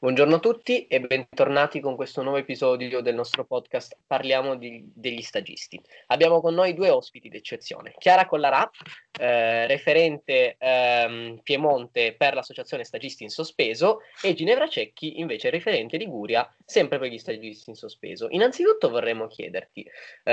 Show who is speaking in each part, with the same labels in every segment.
Speaker 1: Buongiorno a tutti e bentornati con questo nuovo episodio del nostro podcast Parliamo degli stagisti. Abbiamo con noi due ospiti d'eccezione. Chiara Collarà, referente Piemonte per l'associazione Stagisti in Sospeso, e Ginevra Cecchi, invece referente Liguria, sempre per gli stagisti in sospeso. Innanzitutto vorremmo chiedervi,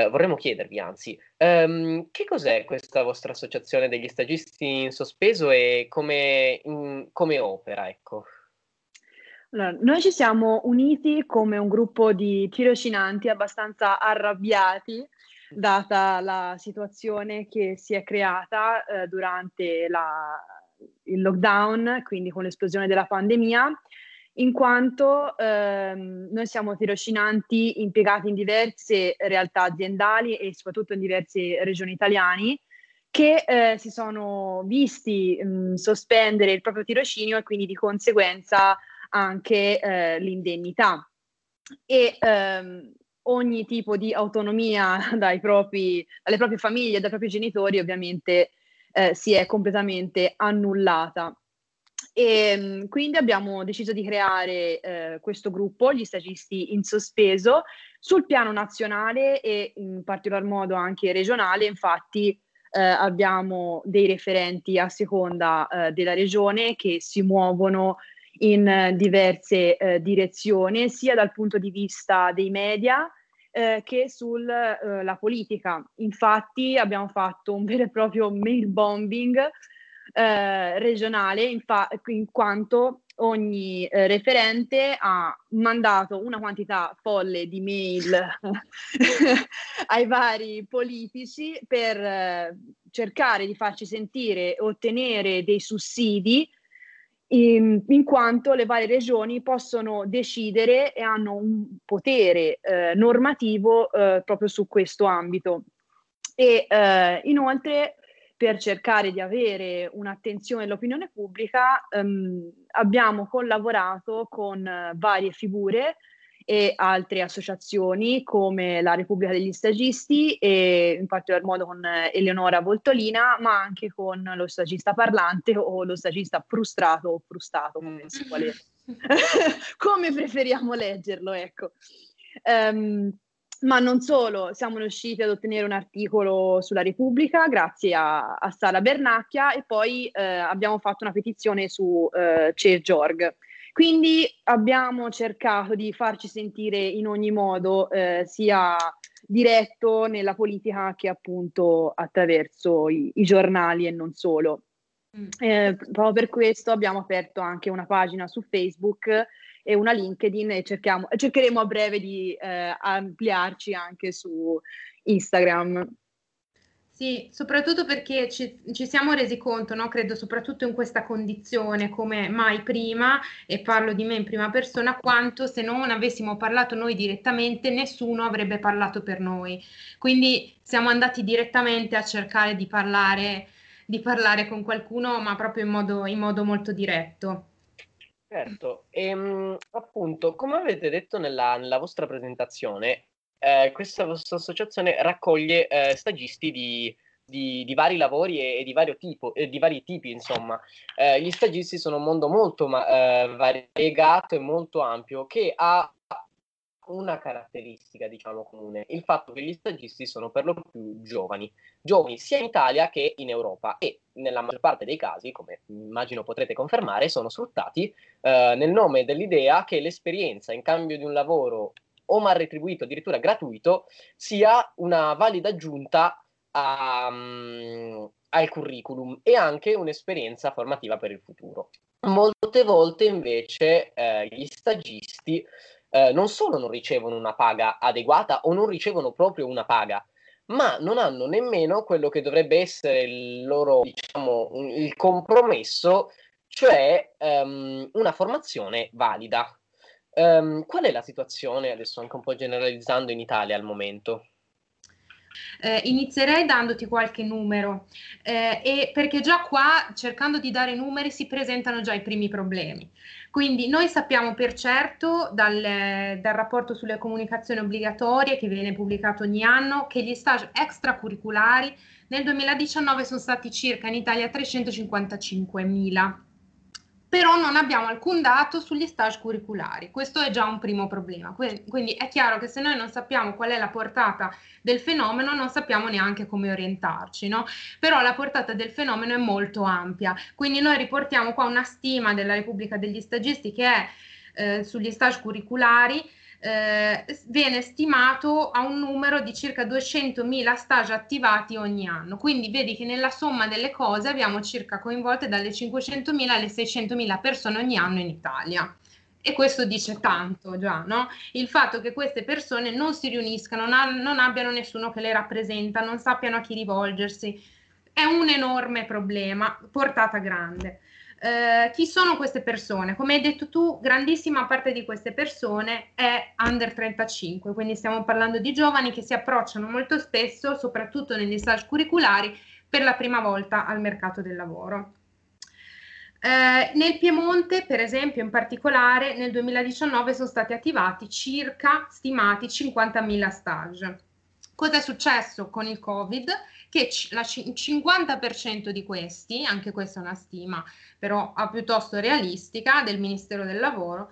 Speaker 1: che cos'è questa vostra associazione degli stagisti in sospeso e come opera, ecco?
Speaker 2: Allora, noi ci siamo uniti come un gruppo di tirocinanti abbastanza arrabbiati, data la situazione che si è creata durante il lockdown, quindi con l'esplosione della pandemia, in quanto noi siamo tirocinanti impiegati in diverse realtà aziendali e soprattutto in diverse regioni italiane che si sono visti sospendere il proprio tirocinio e quindi di conseguenza anche l'indennità e ogni tipo di autonomia dalle proprie famiglie, dai propri genitori ovviamente si è completamente annullata. E quindi abbiamo deciso di creare questo gruppo, gli stagisti in sospeso, sul piano nazionale e in particolar modo anche regionale. Infatti abbiamo dei referenti a seconda della regione che si muovono in diverse direzioni, sia dal punto di vista dei media che sulla politica. Infatti abbiamo fatto un vero e proprio mail bombing regionale, in quanto ogni referente ha mandato una quantità folle di mail ai vari politici per cercare di farci sentire e ottenere dei sussidi in quanto le varie regioni possono decidere e hanno un potere normativo proprio su questo ambito. E inoltre, per cercare di avere un'attenzione dell'opinione pubblica, abbiamo collaborato con varie figure e altre associazioni come la Repubblica degli Stagisti e in particolar modo con Eleonora Voltolina, ma anche con lo stagista parlante o lo stagista frustrato o frustato, come si vuole, come preferiamo leggerlo, ecco. Ma non solo, siamo riusciti ad ottenere un articolo sulla Repubblica grazie a Sara Bernacchia e poi abbiamo fatto una petizione su Change.org. Quindi abbiamo cercato di farci sentire in ogni modo, sia diretto nella politica che appunto attraverso i giornali e non solo. Proprio per questo abbiamo aperto anche una pagina su Facebook e una LinkedIn e cercheremo a breve di ampliarci anche su Instagram.
Speaker 3: Sì, soprattutto perché ci siamo resi conto, no? Credo soprattutto in questa condizione come mai prima, e parlo di me in prima persona, quanto se non avessimo parlato noi direttamente nessuno avrebbe parlato per noi. Quindi siamo andati direttamente a cercare di parlare con qualcuno, ma proprio in modo molto diretto.
Speaker 1: Certo, appunto, come avete detto nella vostra presentazione, questa vostra associazione raccoglie stagisti di vari lavori e di vari tipi, insomma. Gli stagisti sono un mondo molto variegato e molto ampio che ha una caratteristica, diciamo, comune, il fatto che gli stagisti sono per lo più giovani sia in Italia che in Europa e nella maggior parte dei casi, come immagino potrete confermare, sono sfruttati nel nome dell'idea che l'esperienza in cambio di un lavoro o mal retribuito, addirittura gratuito, sia una valida aggiunta al curriculum e anche un'esperienza formativa per il futuro. Molte volte invece gli stagisti non solo non ricevono una paga adeguata o non ricevono proprio una paga, ma non hanno nemmeno quello che dovrebbe essere il loro, diciamo, il compromesso, cioè una formazione valida. Qual è la situazione, adesso anche un po' generalizzando, in Italia al momento?
Speaker 3: Inizierei dandoti qualche numero, e perché già qua, cercando di dare numeri, si presentano già i primi problemi. Quindi noi sappiamo per certo dal rapporto sulle comunicazioni obbligatorie che viene pubblicato ogni anno che gli stage extracurriculari nel 2019 sono stati circa in Italia 355.000. però non abbiamo alcun dato sugli stage curriculari. Questo è già un primo problema. Quindi è chiaro che se noi non sappiamo qual è la portata del fenomeno, non sappiamo neanche come orientarci, no? Però la portata del fenomeno è molto ampia. Quindi noi riportiamo qua una stima della Repubblica degli Stagisti che è sugli stage curriculari, viene stimato a un numero di circa 200.000 stage attivati ogni anno, quindi vedi che nella somma delle cose abbiamo circa coinvolte dalle 500.000 alle 600.000 persone ogni anno in Italia. E questo dice tanto già, no? Il fatto che queste persone non si riuniscano, non abbiano nessuno che le rappresenta, non sappiano a chi rivolgersi, è un enorme problema, portata grande. Chi sono queste persone? Come hai detto tu, grandissima parte di queste persone è under 35, quindi stiamo parlando di giovani che si approcciano molto spesso, soprattutto negli stage curriculari, per la prima volta al mercato del lavoro. Nel Piemonte, per esempio, in particolare, nel 2019 sono stati attivati circa stimati 50.000 stage. Cosa è successo con il Covid? Che il 50% di questi, anche questa è una stima però piuttosto realistica del Ministero del Lavoro,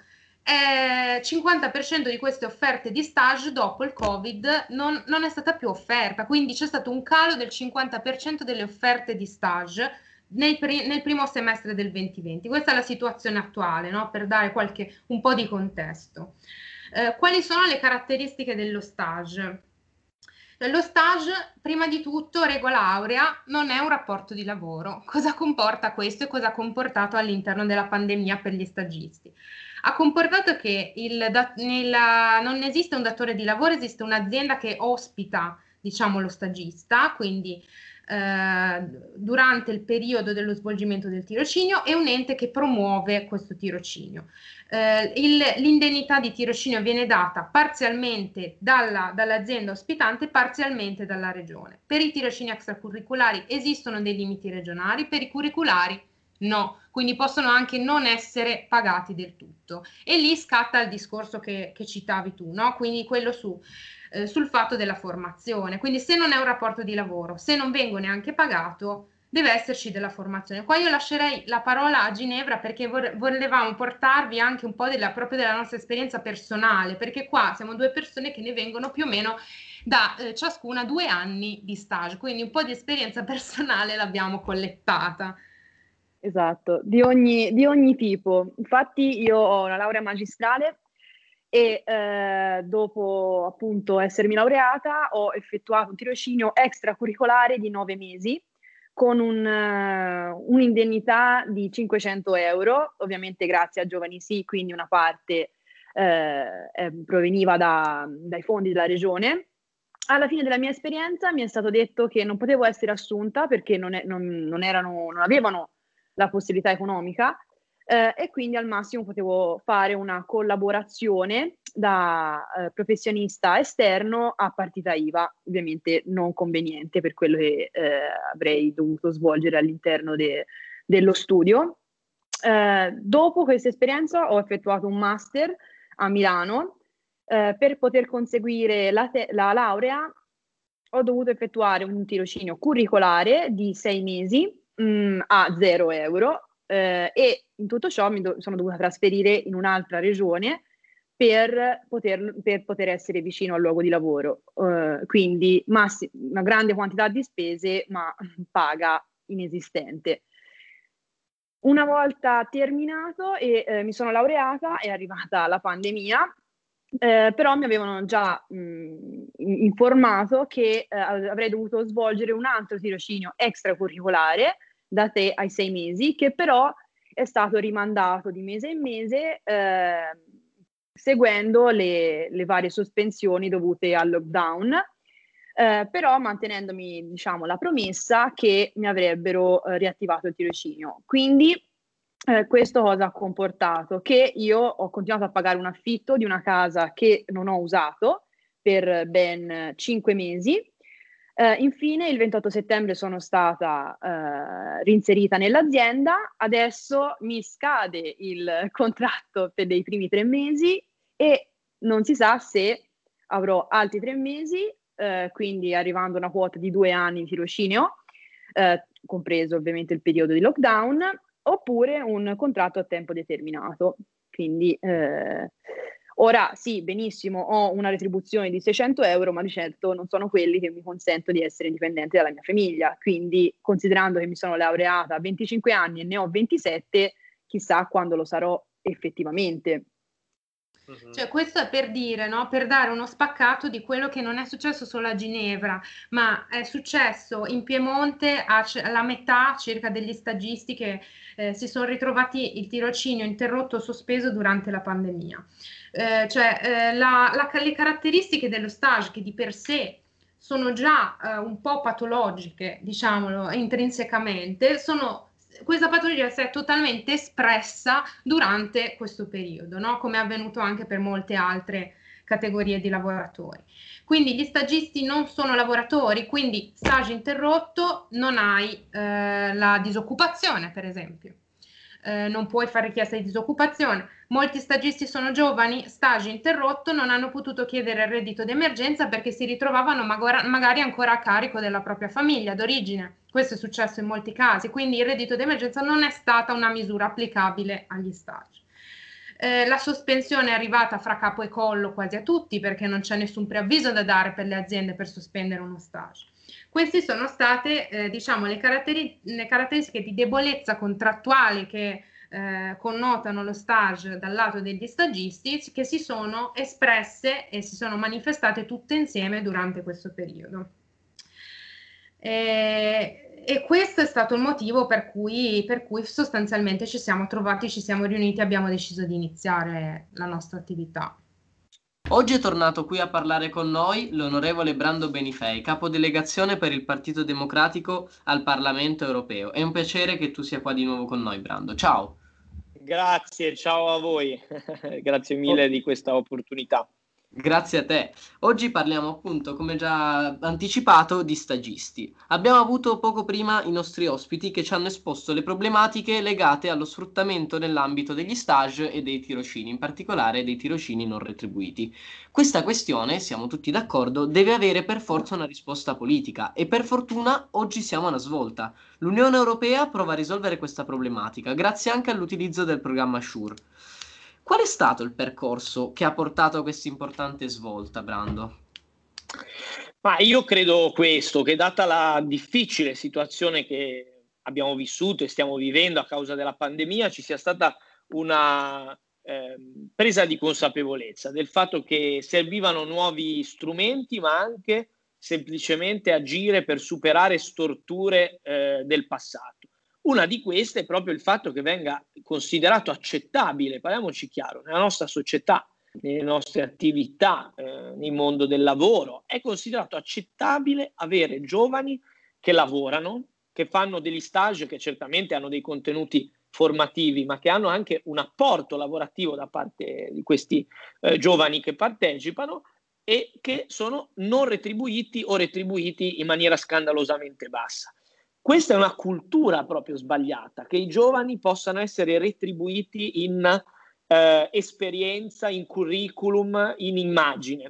Speaker 3: 50% di queste offerte di stage dopo il Covid non è stata più offerta, quindi c'è stato un calo del 50% delle offerte di stage nel primo semestre del 2020. Questa è la situazione attuale, no? Per dare un po' di contesto. Quali sono le caratteristiche dello stage? Lo stage, prima di tutto, regola aurea, non è un rapporto di lavoro. Cosa comporta questo e cosa ha comportato all'interno della pandemia per gli stagisti? Ha comportato che non esiste un datore di lavoro, esiste un'azienda che ospita, diciamo, lo stagista, quindi durante il periodo dello svolgimento del tirocinio, e un ente che promuove questo tirocinio. L'indennità di tirocinio viene data parzialmente dall'azienda ospitante, parzialmente dalla regione. Per i tirocini extracurriculari esistono dei limiti regionali, per i curriculari no, quindi possono anche non essere pagati del tutto. E lì scatta il discorso che citavi tu, no? Quindi quello sul fatto della formazione. Quindi se non è un rapporto di lavoro, se non vengo neanche pagato, deve esserci della formazione. Qua io lascerei la parola a Ginevra perché volevamo portarvi anche un po' proprio della nostra esperienza personale, perché qua siamo due persone che ne vengono più o meno da ciascuna 2 anni di stage, quindi un po' di esperienza personale l'abbiamo collettata.
Speaker 2: Esatto, di ogni tipo. Infatti io ho una laurea magistrale e dopo appunto essermi laureata ho effettuato un tirocinio extracurricolare di 9 mesi con un'indennità di 500 euro, ovviamente grazie a Giovani Sì, quindi una parte proveniva dai fondi della regione. Alla fine della mia esperienza mi è stato detto che non potevo essere assunta perché non avevano la possibilità economica e quindi al massimo potevo fare una collaborazione da professionista esterno a partita IVA, ovviamente non conveniente per quello che avrei dovuto svolgere all'interno dello studio. Dopo questa esperienza ho effettuato un master a Milano. Per poter conseguire la laurea ho dovuto effettuare un tirocinio curricolare di 6 mesi a 0 euro e in tutto ciò mi sono dovuta trasferire in un'altra regione per poter essere vicino al luogo di lavoro. Quindi una grande quantità di spese, ma paga inesistente. Una volta terminato e mi sono laureata, è arrivata la pandemia, però mi avevano già informato che avrei dovuto svolgere un altro tirocinio extracurricolare da 3 ai 6 mesi, che però è stato rimandato di mese in mese seguendo le varie sospensioni dovute al lockdown, però mantenendomi, diciamo, la promessa che mi avrebbero riattivato il tirocinio. Quindi questo cosa ha comportato? Che io ho continuato a pagare un affitto di una casa che non ho usato per ben 5 mesi. Infine, il 28 settembre sono stata reinserita nell'azienda, adesso mi scade il contratto per dei primi 3 mesi e non si sa se avrò altri 3 mesi, quindi arrivando a una quota di 2 anni di tirocinio, compreso ovviamente il periodo di lockdown, oppure un contratto a tempo determinato. Quindi ora sì, benissimo, ho una retribuzione di 600 euro, ma di certo non sono quelli che mi consentono di essere indipendente dalla mia famiglia. Quindi, considerando che mi sono laureata a 25 anni e ne ho 27, chissà quando lo sarò effettivamente.
Speaker 3: Cioè, questo è per dire, no? Per dare uno spaccato di quello che non è successo solo a Ginevra, ma è successo in Piemonte alla metà circa degli stagisti che si sono ritrovati il tirocinio interrotto o sospeso durante la pandemia. Le caratteristiche dello stage, che di per sé sono già un po' patologiche, diciamolo, intrinsecamente, questa patologia si è totalmente espressa durante questo periodo, no? Come è avvenuto anche per molte altre categorie di lavoratori. Quindi gli stagisti non sono lavoratori, quindi stage interrotto non hai la disoccupazione, per esempio. Non puoi fare richiesta di disoccupazione. Molti stagisti sono giovani, stage interrotto, non hanno potuto chiedere il reddito d'emergenza perché si ritrovavano magari ancora a carico della propria famiglia d'origine. Questo è successo in molti casi, quindi il reddito d'emergenza non è stata una misura applicabile agli stage. La sospensione è arrivata fra capo e collo quasi a tutti perché non c'è nessun preavviso da dare per le aziende per sospendere uno stage. Queste sono state diciamo, le caratteristiche di debolezza contrattuale che connotano lo stage dal lato degli stagisti, che si sono espresse e si sono manifestate tutte insieme durante questo periodo. E questo è stato il motivo per cui sostanzialmente ci siamo trovati, ci siamo riuniti e abbiamo deciso di iniziare la nostra attività.
Speaker 1: Oggi è tornato qui a parlare con noi l'onorevole Brando Benifei, capodelegazione per il Partito Democratico al Parlamento Europeo. È un piacere che tu sia qua di nuovo con noi, Brando. Ciao.
Speaker 4: Grazie, ciao a voi. Grazie mille di questa opportunità.
Speaker 1: Grazie a te. Oggi parliamo appunto, come già anticipato, di stagisti. Abbiamo avuto poco prima i nostri ospiti che ci hanno esposto le problematiche legate allo sfruttamento nell'ambito degli stage e dei tirocini, in particolare dei tirocini non retribuiti. Questa questione, siamo tutti d'accordo, deve avere per forza una risposta politica e per fortuna oggi siamo a una svolta. L'Unione Europea prova a risolvere questa problematica, grazie anche all'utilizzo del programma SURE. Qual è stato il percorso che ha portato a questa importante svolta, Brando?
Speaker 4: Ma io credo questo, che data la difficile situazione che abbiamo vissuto e stiamo vivendo a causa della pandemia, ci sia stata una presa di consapevolezza del fatto che servivano nuovi strumenti, ma anche semplicemente agire per superare storture del passato. Una di queste è proprio il fatto che venga considerato accettabile, parliamoci chiaro, nella nostra società, nelle nostre attività, nel mondo del lavoro, è considerato accettabile avere giovani che lavorano, che fanno degli stage che certamente hanno dei contenuti formativi, ma che hanno anche un apporto lavorativo da parte di questi giovani che partecipano e che sono non retribuiti o retribuiti in maniera scandalosamente bassa. Questa è una cultura proprio sbagliata, che i giovani possano essere retribuiti in esperienza, in curriculum, in immagine.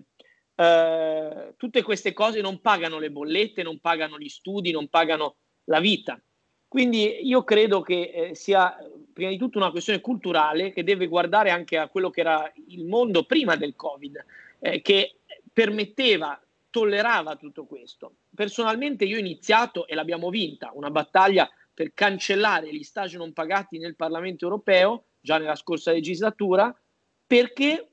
Speaker 4: Tutte queste cose non pagano le bollette, non pagano gli studi, non pagano la vita. Quindi io credo che sia prima di tutto una questione culturale che deve guardare anche a quello che era il mondo prima del Covid, che permetteva, tollerava tutto questo. Personalmente io ho iniziato, e l'abbiamo vinta, una battaglia per cancellare gli stage non pagati nel Parlamento Europeo, già nella scorsa legislatura, perché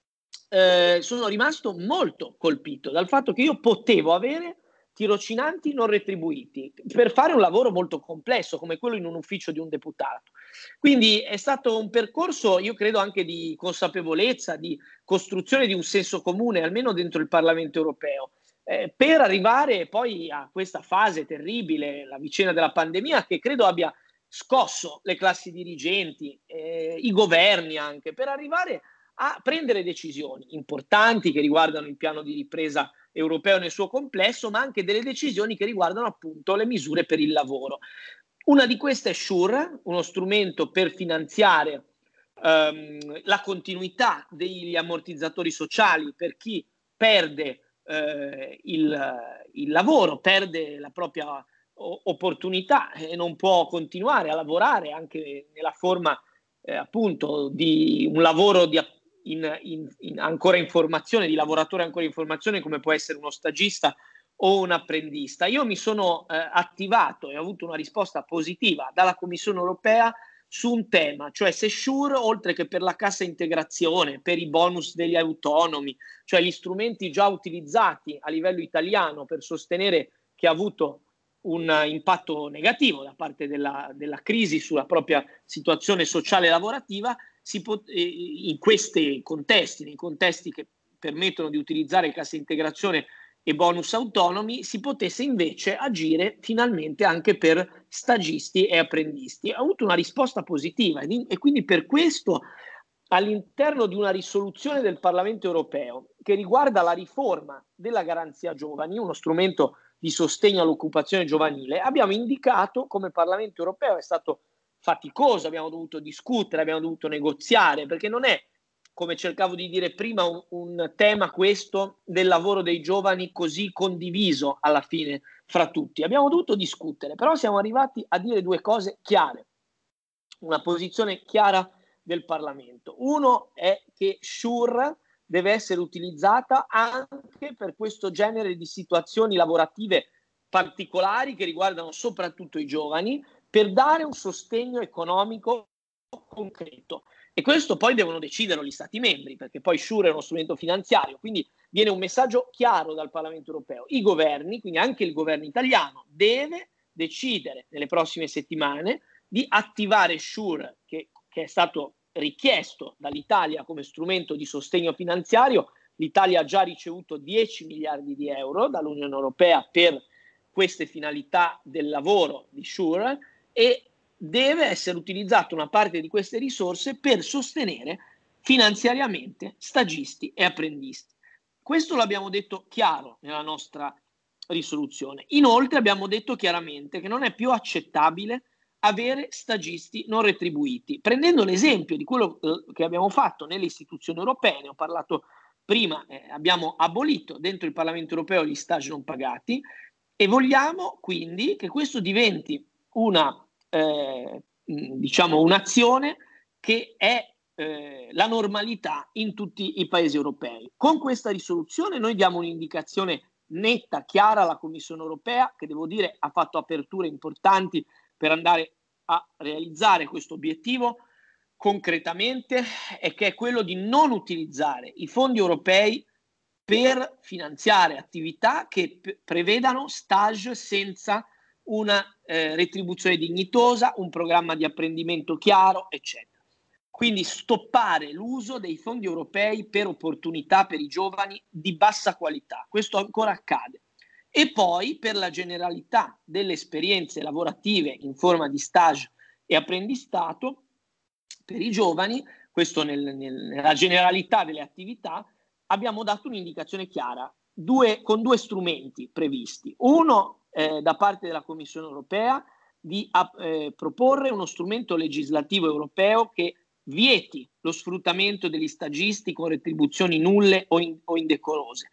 Speaker 4: sono rimasto molto colpito dal fatto che io potevo avere tirocinanti non retribuiti per fare un lavoro molto complesso come quello in un ufficio di un deputato. Quindi è stato un percorso, io credo, anche di consapevolezza, di costruzione di un senso comune, almeno dentro il Parlamento Europeo, per arrivare poi a questa fase terribile, la vicenda della pandemia, che credo abbia scosso le classi dirigenti, i governi anche, per arrivare a prendere decisioni importanti che riguardano il piano di ripresa europeo nel suo complesso, ma anche delle decisioni che riguardano appunto le misure per il lavoro. Una di queste è SURE, uno strumento per finanziare la continuità degli ammortizzatori sociali per chi perde il lavoro, perde la propria opportunità e non può continuare a lavorare anche nella forma appunto di un lavoro ancora in formazione, di lavoratore ancora in formazione, come può essere uno stagista o un apprendista. Io mi sono attivato e ho avuto una risposta positiva dalla Commissione europea su un tema, cioè se SURE, oltre che per la cassa integrazione, per i bonus degli autonomi, cioè gli strumenti già utilizzati a livello italiano per sostenere chi ha avuto un impatto negativo da parte della crisi sulla propria situazione sociale e lavorativa, in questi contesti, nei contesti che permettono di utilizzare cassa integrazione e bonus autonomi, si potesse invece agire finalmente anche per stagisti e apprendisti. Ha avuto una risposta positiva e quindi per questo all'interno di una risoluzione del Parlamento europeo che riguarda la riforma della garanzia giovani, uno strumento di sostegno all'occupazione giovanile, abbiamo indicato come Parlamento europeo, è stato faticoso, abbiamo dovuto discutere, abbiamo dovuto negoziare, perché non è, come cercavo di dire prima, un tema questo del lavoro dei giovani così condiviso alla fine fra tutti. Abbiamo dovuto discutere, però siamo arrivati a dire due cose chiare, una posizione chiara del Parlamento. Uno è che SURE deve essere utilizzata anche per questo genere di situazioni lavorative particolari che riguardano soprattutto i giovani, per dare un sostegno economico concreto. E questo poi devono decidere gli Stati membri, perché poi SURE è uno strumento finanziario, quindi viene un messaggio chiaro dal Parlamento europeo. I governi, quindi anche il governo italiano, deve decidere nelle prossime settimane di attivare SURE, che è stato richiesto dall'Italia come strumento di sostegno finanziario. L'Italia ha già ricevuto 10 miliardi di euro dall'Unione Europea per queste finalità del lavoro di SURE e deve essere utilizzata una parte di queste risorse per sostenere finanziariamente stagisti e apprendisti. Questo l'abbiamo detto chiaro nella nostra risoluzione. Inoltre abbiamo detto chiaramente che non è più accettabile avere stagisti non retribuiti, prendendo l'esempio di quello che abbiamo fatto nelle istituzioni europee. Ne ho parlato prima, abbiamo abolito dentro il Parlamento europeo gli stage non pagati e vogliamo quindi che questo diventi un'azione che è la normalità in tutti i paesi europei. Con questa risoluzione noi diamo un'indicazione netta, chiara alla Commissione europea, che devo dire ha fatto aperture importanti per andare a realizzare questo obiettivo concretamente, e che è quello di non utilizzare i fondi europei per finanziare attività che prevedano stage senza una retribuzione dignitosa, un programma di apprendimento chiaro, eccetera. Quindi stoppare l'uso dei fondi europei per opportunità per i giovani di bassa qualità. Questo ancora accade. E poi per la generalità delle esperienze lavorative in forma di stage e apprendistato per i giovani, questo nella generalità delle attività, abbiamo dato un'indicazione chiara con due strumenti previsti. Uno da parte della Commissione europea di proporre uno strumento legislativo europeo che vieti lo sfruttamento degli stagisti con retribuzioni nulle o indecorose,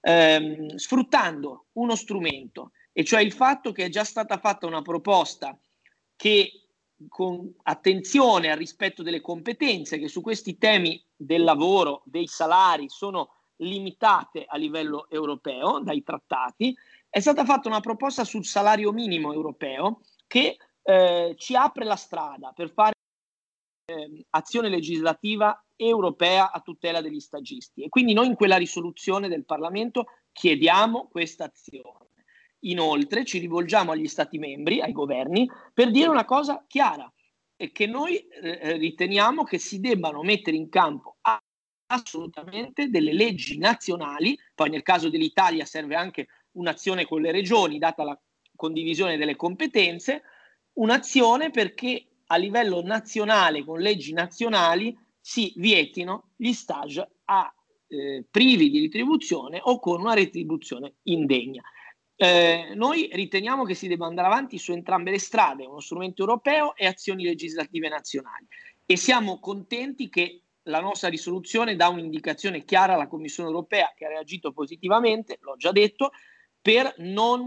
Speaker 4: sfruttando uno strumento, e cioè il fatto che è già stata fatta una proposta che, con attenzione al rispetto delle competenze, che su questi temi del lavoro, dei salari, sono limitate a livello europeo dai trattati, è stata fatta una proposta sul salario minimo europeo che ci apre la strada per fare azione legislativa europea a tutela degli stagisti, e quindi noi in quella risoluzione del Parlamento chiediamo questa azione. Inoltre ci rivolgiamo agli Stati membri, ai governi, per dire una cosa chiara, e che noi riteniamo che si debbano mettere in campo assolutamente delle leggi nazionali. Poi nel caso dell'Italia serve anche un'azione con le regioni, data la condivisione delle competenze, un'azione perché a livello nazionale, con leggi nazionali, si vietino gli stage privi di retribuzione o con una retribuzione indegna. Noi riteniamo che si debba andare avanti su entrambe le strade, uno strumento europeo e azioni legislative nazionali, e siamo contenti che la nostra risoluzione dà un'indicazione chiara alla Commissione europea, che ha reagito positivamente, l'ho già detto, per non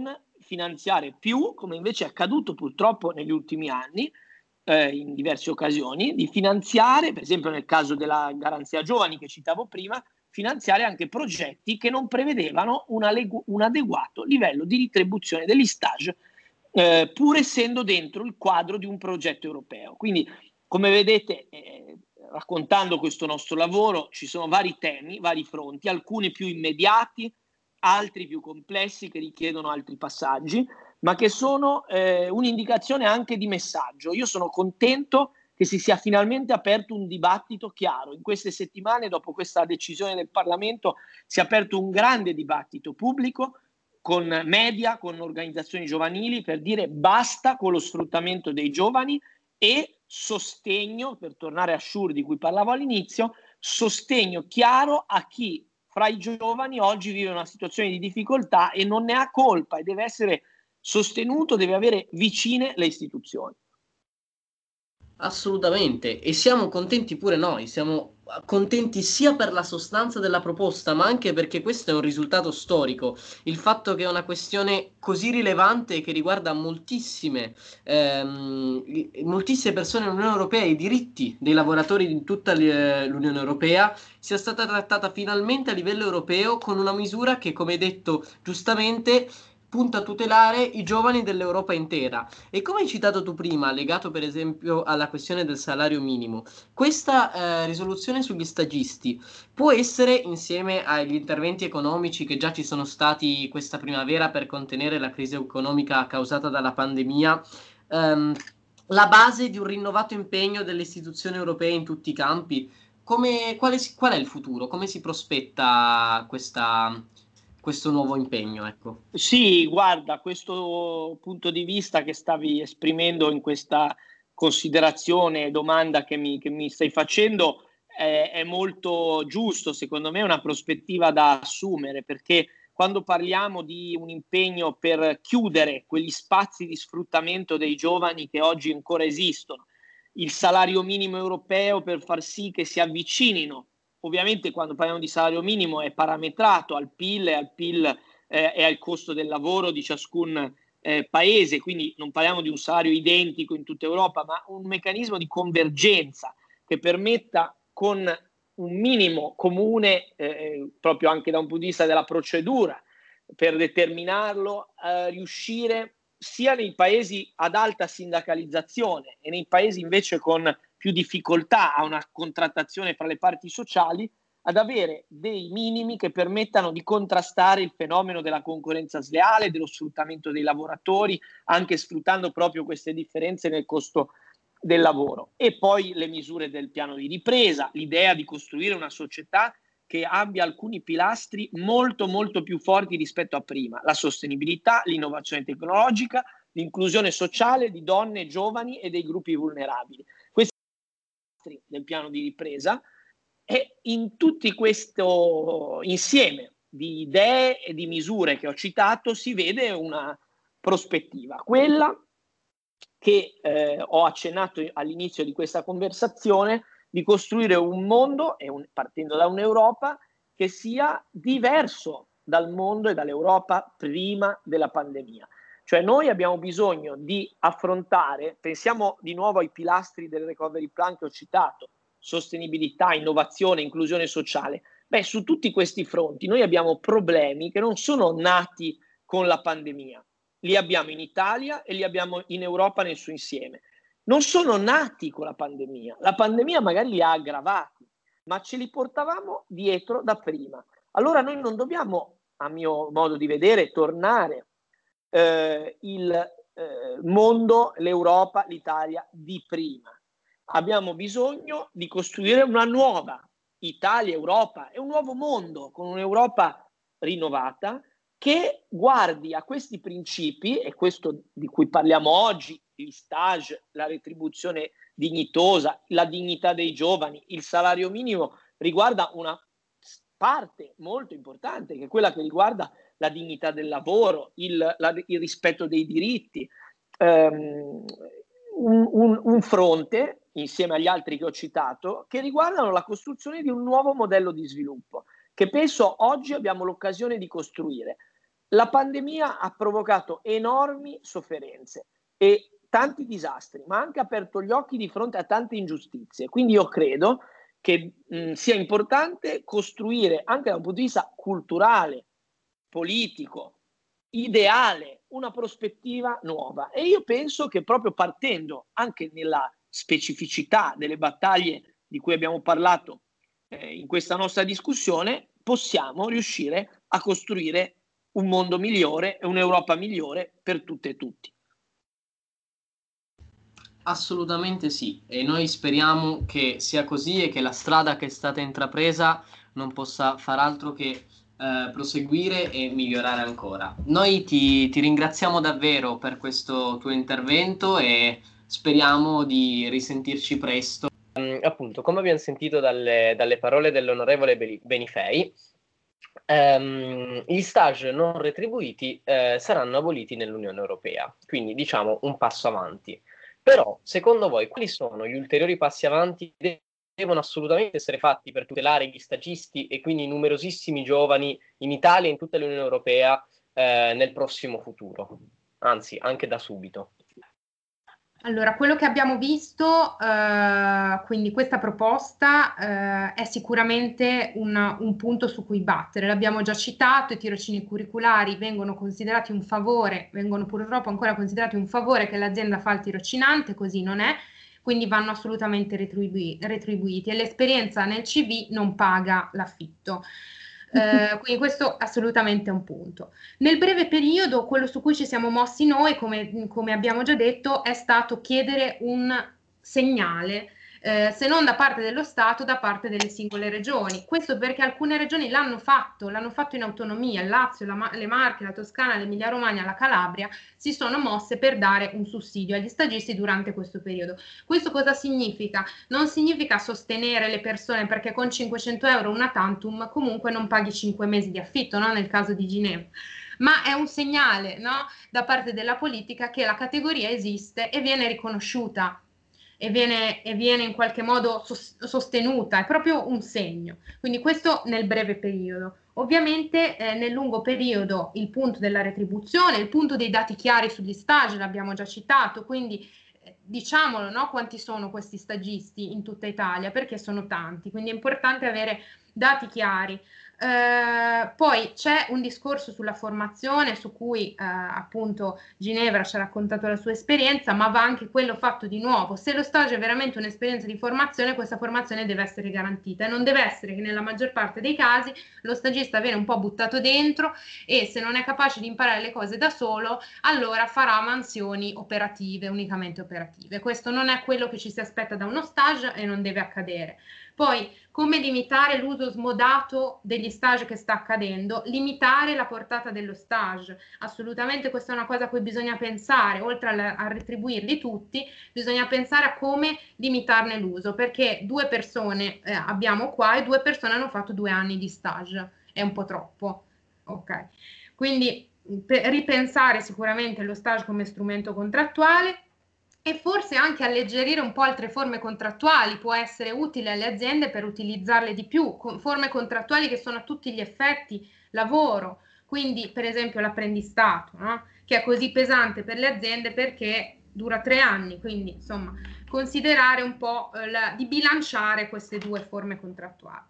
Speaker 4: finanziare più, come invece è accaduto purtroppo negli ultimi anni, in diverse occasioni, di finanziare, per esempio nel caso della Garanzia Giovani che citavo prima, finanziare anche progetti che non prevedevano un adeguato livello di retribuzione degli stage, pur essendo dentro il quadro di un progetto europeo. Quindi, come vedete, raccontando questo nostro lavoro, ci sono vari temi, vari fronti, alcuni più immediati, altri più complessi che richiedono altri passaggi, ma che sono un'indicazione anche di messaggio. Io sono contento che si sia finalmente aperto un dibattito chiaro. In queste settimane, dopo questa decisione del Parlamento, si è aperto un grande dibattito pubblico con media, con organizzazioni giovanili, per dire basta con lo sfruttamento dei giovani e sostegno, per tornare a Sure di cui parlavo all'inizio, sostegno chiaro a chi fra i giovani oggi vive una situazione di difficoltà e non ne ha colpa e deve essere sostenuto, deve avere vicine le istituzioni.
Speaker 5: Assolutamente, e siamo contenti pure noi, siamo contenti sia per la sostanza della proposta, ma anche perché questo è un risultato storico. Il fatto che è una questione così rilevante che riguarda moltissime persone nell'Unione Europea, i diritti dei lavoratori in tutta l'Unione Europea, sia stata trattata finalmente a livello europeo con una misura che, come detto giustamente, punta a tutelare i giovani dell'Europa intera. E come hai citato tu prima, legato per esempio alla questione del salario minimo, questa risoluzione sugli stagisti può essere, insieme agli interventi economici che già ci sono stati questa primavera per contenere la crisi economica causata dalla pandemia, la base di un rinnovato impegno delle istituzioni europee in tutti i campi? Qual è il futuro? Come si prospetta questo nuovo impegno, ecco?
Speaker 4: Sì, guarda, questo punto di vista che stavi esprimendo in questa considerazione e domanda che mi stai facendo è molto giusto, secondo me è una prospettiva da assumere, perché quando parliamo di un impegno per chiudere quegli spazi di sfruttamento dei giovani che oggi ancora esistono, il salario minimo europeo per far sì che si avvicinino. Ovviamente quando parliamo di salario minimo è parametrato al PIL e al costo del lavoro di ciascun paese, quindi non parliamo di un salario identico in tutta Europa, ma un meccanismo di convergenza che permetta con un minimo comune, proprio anche da un punto di vista della procedura, per determinarlo, riuscire sia nei paesi ad alta sindacalizzazione e nei paesi invece con più difficoltà a una contrattazione fra le parti sociali, ad avere dei minimi che permettano di contrastare il fenomeno della concorrenza sleale, dello sfruttamento dei lavoratori, anche sfruttando proprio queste differenze nel costo del lavoro. E poi le misure del piano di ripresa, l'idea di costruire una società che abbia alcuni pilastri molto molto più forti rispetto a prima: la sostenibilità, l'innovazione tecnologica, l'inclusione sociale di donne, giovani e dei gruppi vulnerabili. Questi pilastri del piano di ripresa, e in tutti questo insieme di idee e di misure che ho citato si vede una prospettiva, quella che ho accennato all'inizio di questa conversazione, di costruire un mondo, partendo da un'Europa, che sia diverso dal mondo e dall'Europa prima della pandemia. Cioè noi abbiamo bisogno di affrontare, pensiamo di nuovo ai pilastri del recovery plan che ho citato, sostenibilità, innovazione, inclusione sociale. Beh, su tutti questi fronti noi abbiamo problemi che non sono nati con la pandemia. Li abbiamo in Italia e li abbiamo in Europa nel suo insieme. Non sono nati con la pandemia. La pandemia magari li ha aggravati, ma ce li portavamo dietro da prima. Allora noi non dobbiamo, a mio modo di vedere, tornare il mondo, l'Europa, l'Italia di prima. Abbiamo bisogno di costruire una nuova Italia, Europa e un nuovo mondo, con un'Europa rinnovata che guardi a questi principi, e questo di cui parliamo oggi, gli stage, la retribuzione dignitosa, la dignità dei giovani, il salario minimo, riguarda una parte molto importante, che è quella che riguarda la dignità del lavoro, il rispetto dei diritti, un fronte, insieme agli altri che ho citato, che riguardano la costruzione di un nuovo modello di sviluppo, che penso oggi abbiamo l'occasione di costruire. La pandemia ha provocato enormi sofferenze e tanti disastri, ma ha anche aperto gli occhi di fronte a tante ingiustizie. Quindi io credo che sia importante costruire anche da un punto di vista culturale, politico, ideale, una prospettiva nuova. E io penso che proprio partendo anche nella specificità delle battaglie di cui abbiamo parlato in questa nostra discussione, possiamo riuscire a costruire un mondo migliore e un'Europa migliore per tutte e tutti.
Speaker 5: Assolutamente sì, e noi speriamo che sia così e che la strada che è stata intrapresa non possa far altro che proseguire e migliorare ancora. Noi ti ringraziamo davvero per questo tuo intervento e speriamo di risentirci presto.
Speaker 1: Appunto, come abbiamo sentito dalle parole dell'onorevole Benifei, gli stage non retribuiti saranno aboliti nell'Unione Europea, quindi diciamo un passo avanti. Però, secondo voi, quali sono gli ulteriori passi avanti che devono assolutamente essere fatti per tutelare gli stagisti e quindi i numerosissimi giovani in Italia e in tutta l'Unione Europea nel prossimo futuro? Anzi, anche da subito.
Speaker 3: Allora, quello che abbiamo visto, quindi questa proposta è sicuramente un punto su cui battere. L'abbiamo già citato, i tirocini curriculari vengono considerati un favore, vengono purtroppo ancora considerati un favore che l'azienda fa al tirocinante, così non è, quindi vanno assolutamente retribuiti e l'esperienza nel CV non paga l'affitto. Quindi questo assolutamente è un punto. Nel breve periodo quello su cui ci siamo mossi noi, come abbiamo già detto, è stato chiedere un segnale, se non da parte dello Stato, da parte delle singole regioni. Questo perché alcune regioni l'hanno fatto in autonomia, il Lazio, le Marche, la Toscana, l'Emilia Romagna, la Calabria si sono mosse per dare un sussidio agli stagisti durante questo periodo. Questo cosa significa? Non significa sostenere le persone, perché con 500 euro una tantum comunque non paghi 5 mesi di affitto, no? Nel caso di Ginevra, ma è un segnale, no? Da parte della politica che la categoria esiste e viene riconosciuta e viene in qualche modo sostenuta, è proprio un segno. Quindi questo nel breve periodo. Ovviamente nel lungo periodo il punto della retribuzione, il punto dei dati chiari sugli stage, l'abbiamo già citato, quindi diciamolo, no? Quanti sono questi stagisti in tutta Italia, perché sono tanti, quindi è importante avere dati chiari. Poi c'è un discorso sulla formazione su cui appunto Ginevra ci ha raccontato la sua esperienza, ma va anche quello fatto di nuovo. Se lo stage è veramente un'esperienza di formazione, questa formazione deve essere garantita e non deve essere che nella maggior parte dei casi lo stagista viene un po' buttato dentro e se non è capace di imparare le cose da solo, allora farà mansioni operative, unicamente operative. Questo non è quello che ci si aspetta da uno stage e non deve accadere. Poi, come limitare l'uso smodato degli stage che sta accadendo? Limitare la portata dello stage. Assolutamente questa è una cosa a cui bisogna pensare, oltre a retribuirli tutti, bisogna pensare a come limitarne l'uso, perché 2 persone abbiamo qua e 2 persone hanno fatto 2 anni di stage, è un po' troppo, ok? Quindi ripensare sicuramente lo stage come strumento contrattuale, e forse anche alleggerire un po' altre forme contrattuali può essere utile alle aziende per utilizzarle di più, forme contrattuali che sono a tutti gli effetti lavoro, quindi per esempio l'apprendistato, no? Che è così pesante per le aziende perché dura 3 anni, quindi insomma considerare un po' di bilanciare queste 2 forme contrattuali.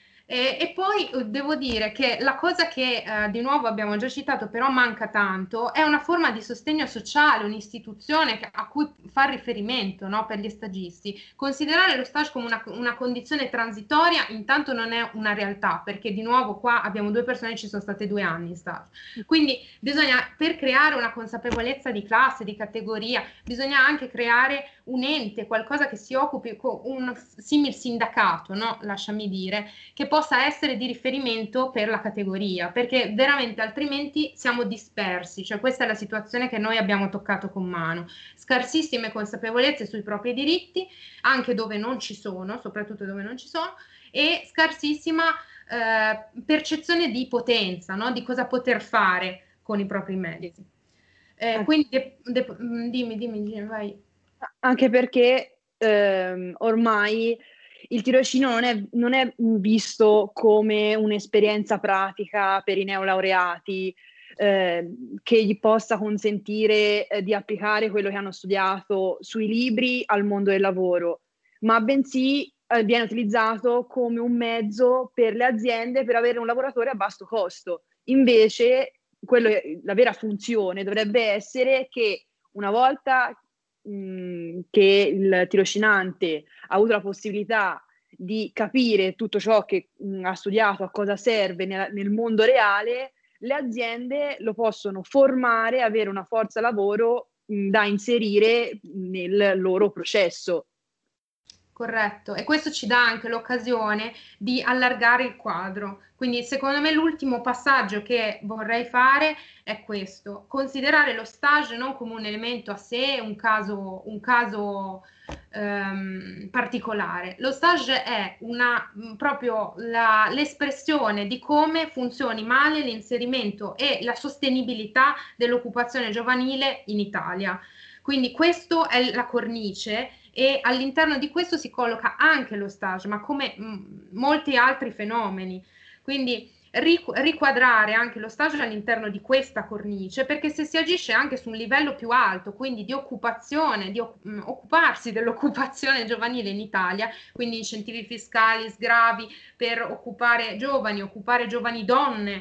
Speaker 3: E poi devo dire che la cosa che di nuovo abbiamo già citato, però manca tanto, è una forma di sostegno sociale, un'istituzione a cui far riferimento, no, per gli stagisti. Considerare lo stage come una condizione transitoria intanto non è una realtà, perché di nuovo qua abbiamo 2 persone che ci sono state 2 anni in stage. Quindi bisogna, per creare una consapevolezza di classe, di categoria, bisogna anche creare un ente, qualcosa che si occupi, un simil sindacato, no? Lasciami dire, che possa essere di riferimento per la categoria, perché veramente altrimenti siamo dispersi, cioè questa è la situazione che noi abbiamo toccato con mano, scarsissime consapevolezze sui propri diritti, anche dove non ci sono, soprattutto dove non ci sono, e scarsissima percezione di potenza, no? Di cosa poter fare con i propri mezzi. Quindi dimmi, vai.
Speaker 2: Anche perché ormai il tirocinio non è visto come un'esperienza pratica per i neolaureati, che gli possa consentire di applicare quello che hanno studiato sui libri al mondo del lavoro, ma bensì viene utilizzato come un mezzo per le aziende per avere un lavoratore a basso costo. Invece, la vera funzione dovrebbe essere che una volta che il tirocinante ha avuto la possibilità di capire tutto ciò che ha studiato, a cosa serve nel mondo reale, le aziende lo possono formare, avere una forza lavoro da inserire nel loro processo.
Speaker 3: Corretto, e questo ci dà anche l'occasione di allargare il quadro. Quindi secondo me l'ultimo passaggio che vorrei fare è questo: considerare lo stage non come un elemento a sé, un caso particolare. Lo stage è proprio l'espressione di come funzioni male l'inserimento e la sostenibilità dell'occupazione giovanile in Italia. Quindi questo è la cornice, e all'interno di questo si colloca anche lo stage, ma come molti altri fenomeni. Quindi riquadrare anche lo stage all'interno di questa cornice, perché se si agisce anche su un livello più alto, quindi di occupazione, di occuparsi dell'occupazione giovanile in Italia, quindi incentivi fiscali, sgravi per occupare giovani donne,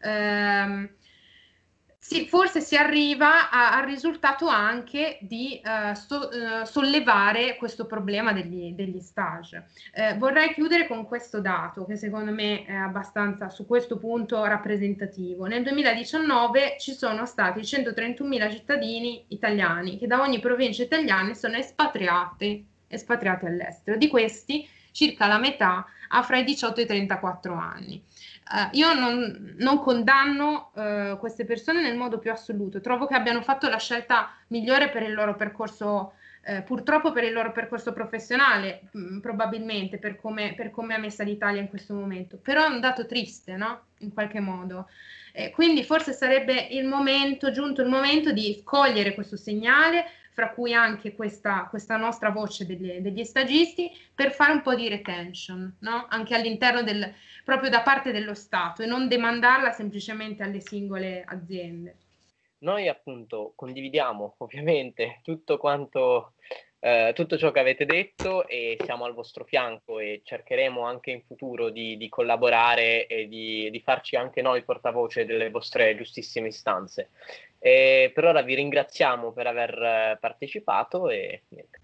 Speaker 3: sì, forse si arriva al risultato anche di sollevare questo problema degli stage. Vorrei chiudere con questo dato che secondo me è abbastanza su questo punto rappresentativo. Nel 2019 ci sono stati 131.000 cittadini italiani che da ogni provincia italiana sono espatriati all'estero. Di questi circa la metà ha fra i 18 e i 34 anni. Io non condanno queste persone nel modo più assoluto, trovo che abbiano fatto la scelta migliore per il loro percorso, purtroppo per il loro percorso professionale, probabilmente per come è messa l'Italia in questo momento, però è un dato triste, no? In qualche modo. Quindi forse sarebbe giunto il momento di cogliere questo segnale, fra cui anche questa nostra voce degli stagisti, per fare un po' di retention, no? Anche all'interno proprio da parte dello Stato, e non demandarla semplicemente alle singole aziende.
Speaker 1: Noi appunto condividiamo ovviamente tutto ciò che avete detto e siamo al vostro fianco, e cercheremo anche in futuro di collaborare e di farci anche noi portavoce delle vostre giustissime istanze. Per ora vi ringraziamo per aver partecipato e niente.